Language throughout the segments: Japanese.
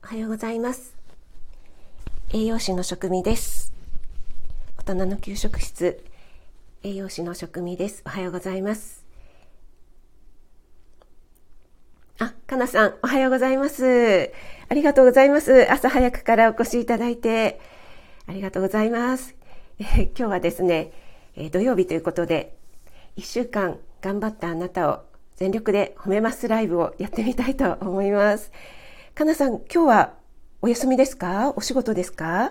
おはようございます。栄養士の食味です。大人の給食室、栄養士の食味です。おはようございます。かなさん、おはようございます。ありがとうございます。朝早くからお越しいただいてありがとうございます。今日はですね、土曜日ということで、1週間頑張ったあなたを全力で褒めますライブをやってみたいと思います。かなさん、今日はお休みですか？お仕事ですか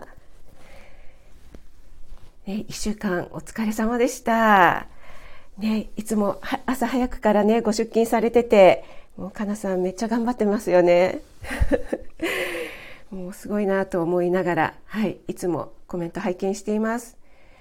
？1週間お疲れ様でした。いつも朝早くからね、ご出勤されてて、もうかなさんめっちゃ頑張ってますよね。もうすごいなと思いながら、いつもコメント拝見しています。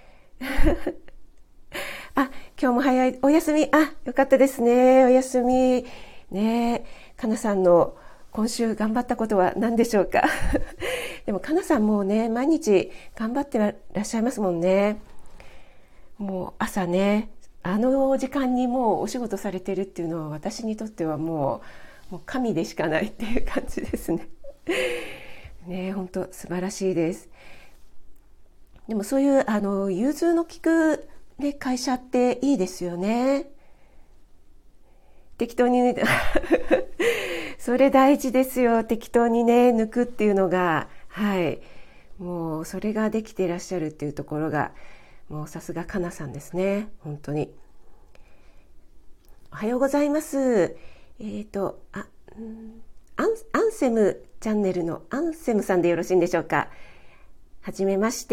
今日も早いお休み、よかったですね。お休みね。かなさんの今週頑張ったことは何でしょうか？でもかなさんもうね、毎日頑張ってらっしゃいますもんね。もう朝ね、あの時間にもうお仕事されてるっていうのは、私にとってはもう神でしかないっていう感じですね。ね、本当素晴らしいです。でもそういう融通の利く、ね、会社っていいですよね。適当にそれ大事ですよ。適当にね、抜くっていうのが、もうそれができていらっしゃるっていうところが、もうさすがかなさんですね。本当に。おはようございます。アンセムチャンネルのアンセムさんでよろしいんでしょうか。はじめまして、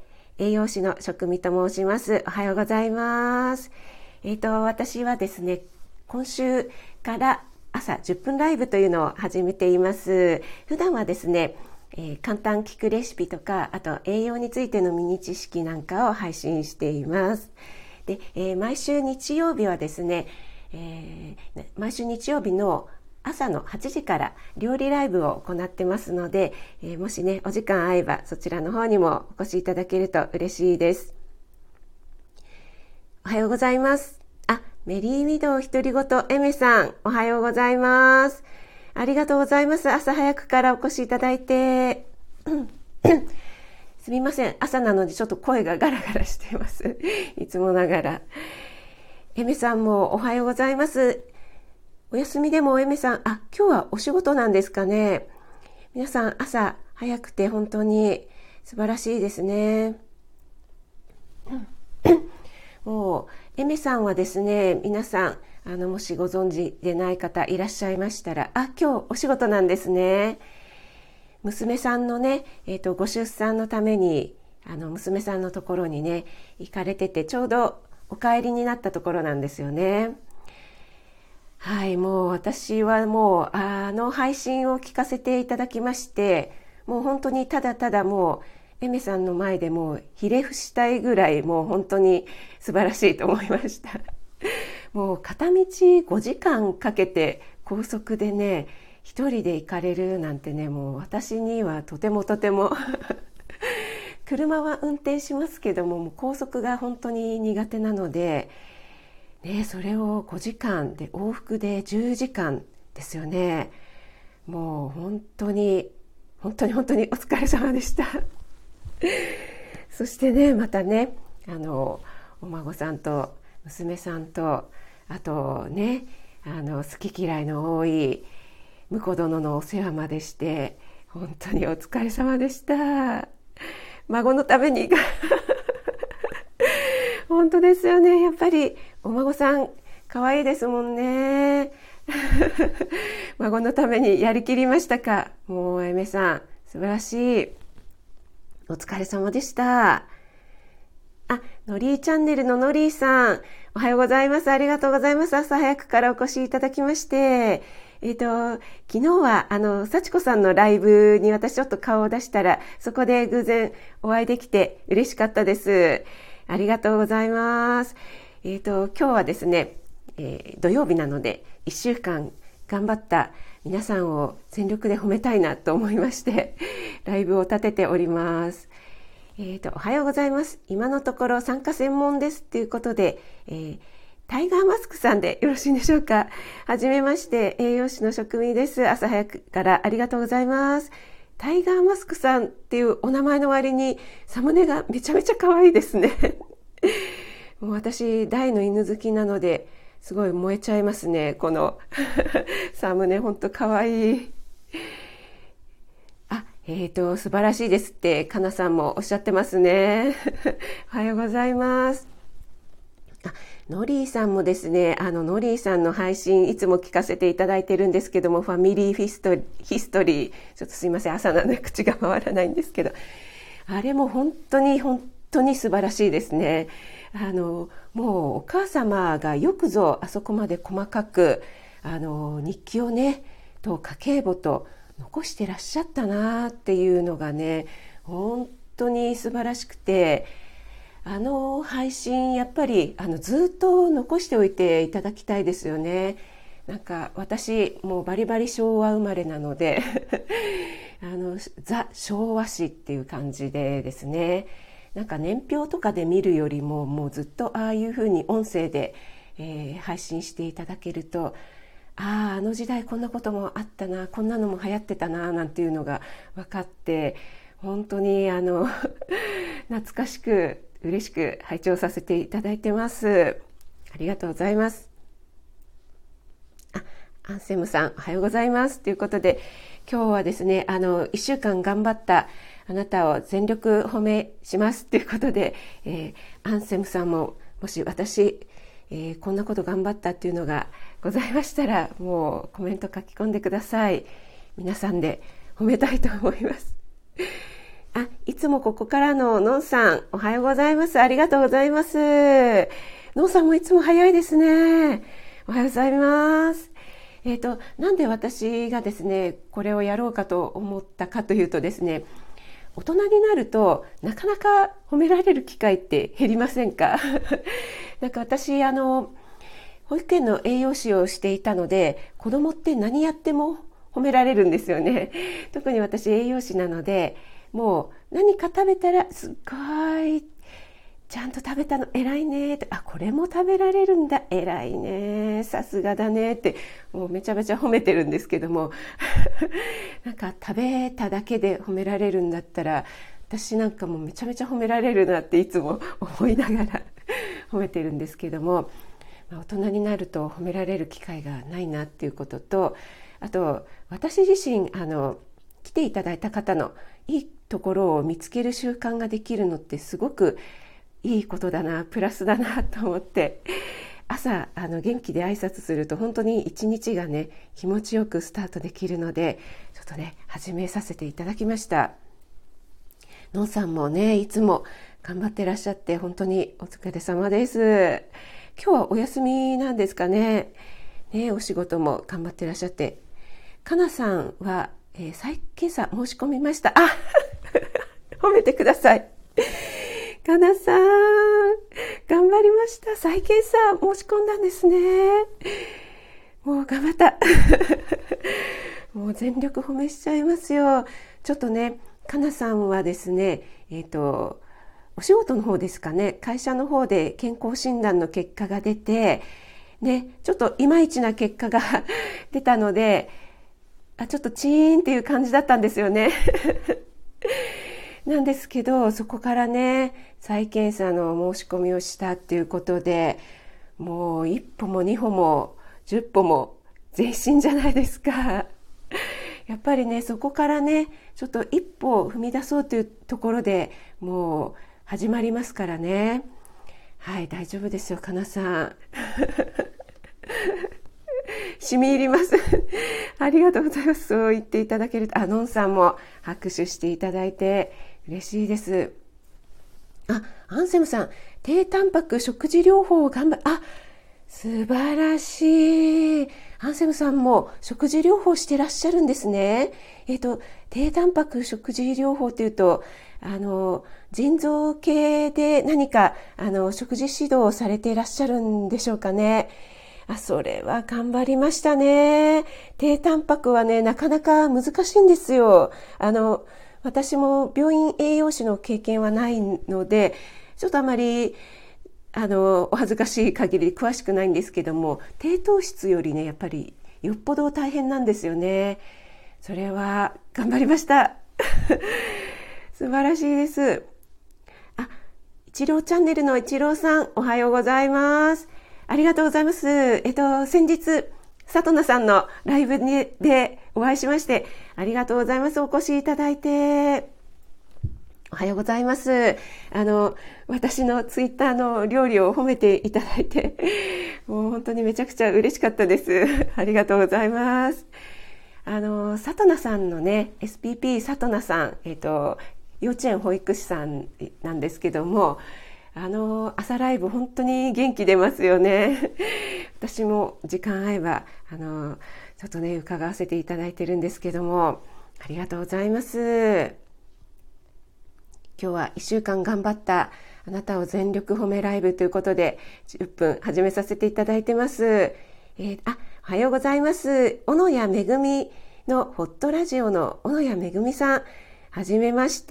栄養士の食味と申します。おはようございます。私はですね、今週から朝10分ライブというのを始めています。普段はですね、簡単聞くレシピとか、あと栄養についてのミニ知識なんかを配信しています。で、毎週日曜日はですね、毎週日曜日の朝の8時から料理ライブを行ってますので、もしね、お時間合えばそちらの方にもお越しいただけると嬉しいです。おはようございます。メリーウィドウ独り言エメさん、おはようございます。ありがとうございます。朝早くからお越しいただいて。すみません。朝なのでちょっと声がガラガラしています。いつもながら。エメさんもおはようございます。お休みでもエメさん、今日はお仕事なんですかね。皆さん朝早くて本当に素晴らしいですね。もうエメさんはですね、皆さんもしご存知でない方いらっしゃいましたら、今日お仕事なんですね。娘さんのね、ご出産のために娘さんのところにね行かれてて、ちょうどお帰りになったところなんですよね。もう私はもう配信を聞かせていただきまして、もう本当にただただもうエメさんの前でもうひれ伏したいぐらい、もう本当に素晴らしいと思いました。もう片道5時間かけて高速でね、一人で行かれるなんてね、もう私にはとても車は運転しますけども、もう高速が本当に苦手なので、それを5時間で往復で10時間ですよね。もう本当にお疲れ様でした。そしてね、またね、お孫さんと娘さんと、あとね、好き嫌いの多い婿殿のお世話までして、本当にお疲れ様でした。孫のために本当ですよね。やっぱりお孫さん可愛いですもんね。孫のためにやりきりましたか。もうエメさん素晴らしい。お疲れ様でした。のりーチャンネルののりーさん、おはようございます。ありがとうございます。朝早くからお越しいただきまして、昨日は幸子さんのライブに私ちょっと顔を出したら、そこで偶然お会いできて嬉しかったです。ありがとうございます。今日はですね、土曜日なので1週間頑張った皆さんを全力で褒めたいなと思いましてライブを立てております。おはようございます。今のところ参加専門ですということで、 タイガーマスクさんでよろしいんでしょうか。はじめまして、栄養士の食味です。朝早くからありがとうございます。タイガーマスクさんっていうお名前の割にサムネがめちゃめちゃ可愛いですね。もう私大の犬好きなのですごい燃えちゃいますね。このサムネほんと可愛い。素晴らしいですってかなさんもおっしゃってますね。おはようございます。ノリーさんもですね、ノリーさんの配信いつも聞かせていただいてるんですけども、ファミリーヒストリー、ちょっとすいません、朝なので口が回らないんですけど、あれも本当に素晴らしいですね。もうお母様がよくぞあそこまで細かく、日記をね、と家計簿と残してらっしゃったなっていうのがね、本当に素晴らしくて、配信やっぱりずっと残しておいていただきたいですよね。なんか私もうバリバリ昭和生まれなのでザ昭和史っていう感じでですね、なんか年表とかで見るよりももうずっとああいうふうに音声で、配信していただけると、あの時代こんなこともあったな、こんなのも流行ってたななんていうのが分かって、本当に懐かしく嬉しく拝聴させていただいてます。ありがとうございます。アンセムさんおはようございますということで、今日はですね1週間頑張ったあなたを全力褒めしますということで、アンセムさんももし私、こんなこと頑張ったっていうのがございましたら、もうコメント書き込んでください。皆さんで褒めたいと思います。いつもここからののんさんおはようございます。ありがとうございます。のんさんもいつも早いですね。おはようございます。なんで私がですねこれをやろうかと思ったかというとですね、大人になるとなかなか褒められる機会って減りませんか？なんか私保育園の栄養士をしていたので、子供って何やっても褒められるんですよね。特に私栄養士なので、もう何か食べたらすっごいちゃんと食べたの偉いねって、これも食べられるんだ偉いねさすがだねってもうめちゃめちゃ褒めてるんですけどもなんか食べただけで褒められるんだったら、私なんかもめちゃめちゃ褒められるなっていつも思いながら褒めてるんですけども、大人になると褒められる機会がないなっていうことと、あと私自身来ていただいた方のいいところを見つける習慣ができるのってすごくいいことだな、プラスだなと思って、朝元気で挨拶すると本当に一日がね気持ちよくスタートできるので、ちょっとね始めさせていただきました。のんさんもねいつも頑張ってらっしゃって本当にお疲れ様です。今日はお休みなんですかね。お仕事も頑張ってらっしゃって、かなさんは、今朝申し込みました。褒めてください。かなさん頑張りました。再検査申し込んだんですね。もう頑張ったもう全力褒めしちゃいますよ。ちょっとねかなさんはですねお仕事の方ですかね、会社の方で健康診断の結果が出てね、ちょっといまいちな結果が出たので、ちょっとチーンっていう感じだったんですよねなんですけど、そこからね再検査の申し込みをしたっていうことで、もう一歩も二歩も十歩も前進じゃないですか。やっぱりねそこからねちょっと一歩踏み出そうというところでもう始まりますからね。はい、大丈夫ですよかなさん染み入りますありがとうございます。そう言っていただけると、のんさんも拍手していただいて嬉しいです。アンセムさん、低タンパク食事療法を頑張る。素晴らしい。アンセムさんも食事療法してらっしゃるんですね。低タンパク食事療法というと腎臓系で何か食事指導をされていらっしゃるんでしょうかね。それは頑張りましたね。低タンパクはねなかなか難しいんですよ。私も病院栄養士の経験はないので、ちょっとあまりお恥ずかしい限り詳しくないんですけども、低糖質よりねやっぱりよっぽど大変なんですよね。それは頑張りました素晴らしいです。一郎チャンネルの一郎さん、おはようございます。ありがとうございます。先日さとなさんのライブでお会いしまして、ありがとうございます。お越しいただいて。おはようございます。私のツイッターの料理を褒めていただいて、もう本当にめちゃくちゃ嬉しかったです。ありがとうございます。さとなさんのね、SPP さとなさん、幼稚園保育士さんなんですけども、朝ライブ本当に元気出ますよね。私も時間合えば、ちょっとね、伺わせていただいてるんですけども、ありがとうございます。今日は1週間頑張ったあなたを全力褒めライブということで10分始めさせていただいてます。おはようございます。小野谷めぐみのホットラジオの小野谷めぐみさん、はじめまして、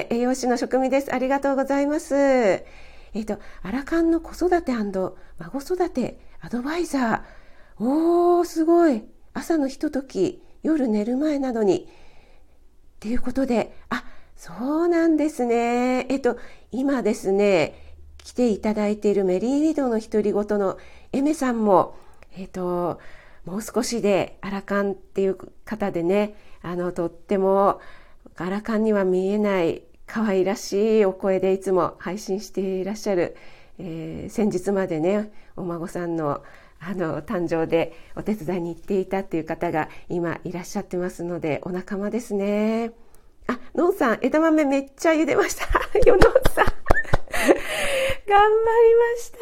栄養士の職味です。ありがとうございます。アラカンの子育て&孫育てアドバイザー。すごい。朝のひととき、夜寝る前などにっていうことで、そうなんですね。今ですね、来ていただいているメリーウィドウの独り言のエメさんも、もう少しでアラカンっていう方でね、とってもアラカンには見えない可愛らしいお声でいつも配信していらっしゃる、先日までね、お孫さんの誕生でお手伝いに行っていたっていう方が今いらっしゃってますので、お仲間ですね。のんさん、枝豆めっちゃ茹でました。よのんさん。頑張りました。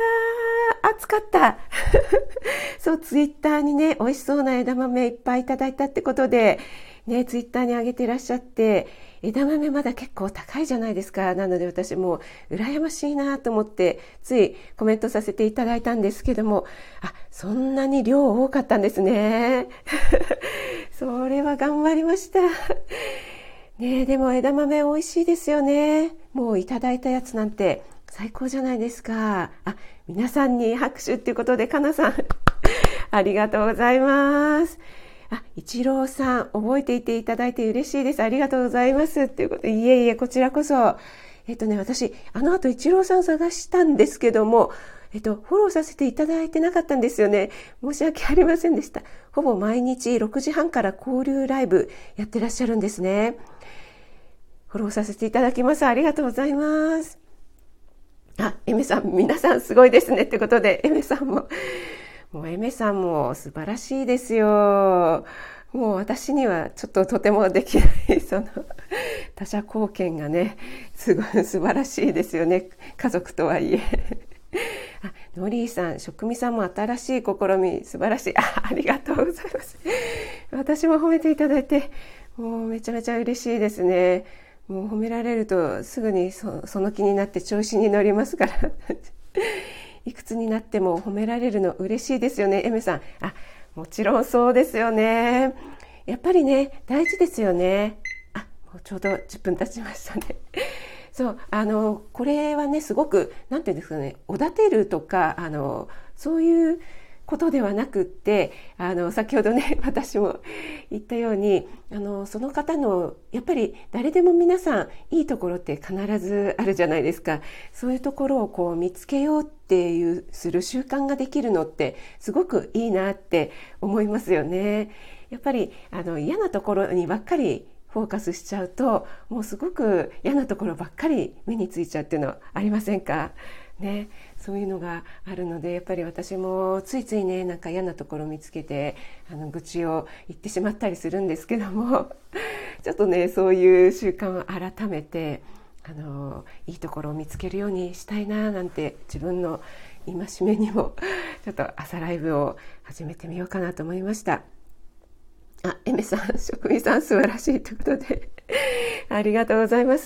暑かった。そう、ツイッターにね、美味しそうな枝豆いっぱいいただいたってことで、ね、ツイッターに上げていらっしゃって、枝豆まだ結構高いじゃないですか。なので私も羨ましいなと思って、ついコメントさせていただいたんですけども、そんなに量多かったんですね。それは頑張りました。ねえ、でも枝豆美味しいですよね。もういただいたやつなんて最高じゃないですか。皆さんに拍手っていうことで、かなさんありがとうございます。一郎さん、覚えていていただいて嬉しいです。ありがとうございますっていうことで、いえいえ、こちらこそ。私後一郎さん探したんですけども、フォローさせていただいてなかったんですよね。申し訳ありませんでした。ほぼ毎日6時半から交流ライブやってらっしゃるんですね。フォローさせていただきます。ありがとうございます。エメさん、皆さんすごいですねってことで、エメさんもエメさんも素晴らしいですよ。もう私にはちょっととてもできないその他者貢献がね、すごい素晴らしいですよね。家族とはいえ。ノリーさん、職味さんも新しい試み素晴らしい。ありがとうございます。私も褒めていただいて、もうめちゃめちゃ嬉しいですね。もう褒められるとすぐにその気になって調子に乗りますからいくつになっても褒められるの嬉しいですよね。エメさん、もちろんそうですよね。やっぱりね、大事ですよね。もうちょうど10分経ちましたね。そう、これはね、すごくなんていうんですかね、おだてるとかそういうことではなくって、先ほどね、私も言ったように、その方のやっぱり誰でも皆さんいいところって必ずあるじゃないですか。そういうところをこう見つけようっていうする習慣ができるのってすごくいいなって思いますよね。やっぱり嫌なところにばっかりフォーカスしちゃうと、もうすごく嫌なところばっかり目についちゃうっていうのはありませんかね。そういうのがあるので、やっぱり私もついついね、なんか嫌なところを見つけて愚痴を言ってしまったりするんですけどもちょっとね、そういう習慣を改めていいところを見つけるようにしたいななんて、自分の戒めにもちょっと朝ライブを始めてみようかなと思いました。エメさん、職員さん素晴らしいということでありがとうございます。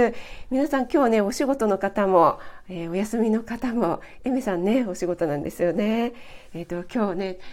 皆さん今日ね、お仕事の方も、お休みの方も、エメさんね、お仕事なんですよね。今日ね、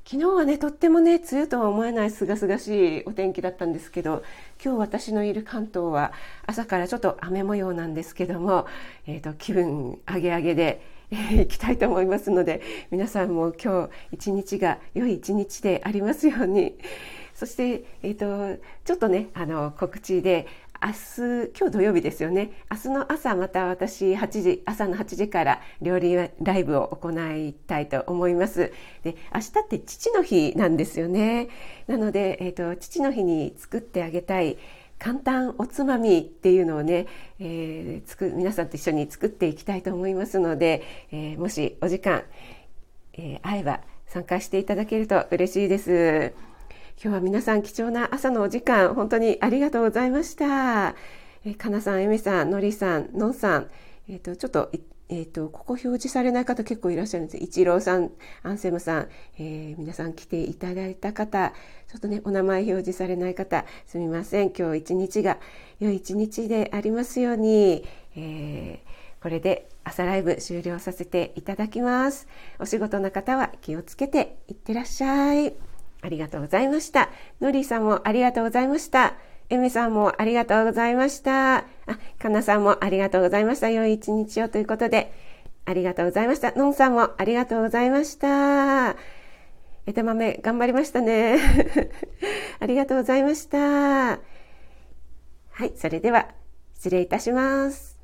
昨日はね、とってもね、梅雨とは思えない清々しいお天気だったんですけど、今日私のいる関東は朝からちょっと雨模様なんですけども、気分上げ上げで、行きたいと思いますので、皆さんも今日一日が良い一日でありますように。そして、ちょっとね、告知で、今日土曜日ですよね。明日の朝また私朝の8時から料理ライブを行いたいと思います。で、明日って父の日なんですよね。なので、父の日に作ってあげたい簡単おつまみっていうのをね、皆さんと一緒に作っていきたいと思いますので、もしお時間、合えば参加していただけると嬉しいです。今日は皆さん貴重な朝のお時間、本当にありがとうございました。かなさん、えめさん、のりさん、のんさん、ちょっと、ここ表示されない方結構いらっしゃるんです。一郎さん、アンセムさん、皆さん来ていただいた方、ちょっとね、お名前表示されない方、すみません。今日一日が良い一日でありますように、これで朝ライブ終了させていただきます。お仕事の方は気をつけていってらっしゃい。ありがとうございました。のりさんもありがとうございました。えめさんもありがとうございました。かなさんもありがとうございました。良い一日をということで、ありがとうございました。のんさんもありがとうございました。枝豆頑張りましたね。ありがとうございました。はい、それでは失礼いたします。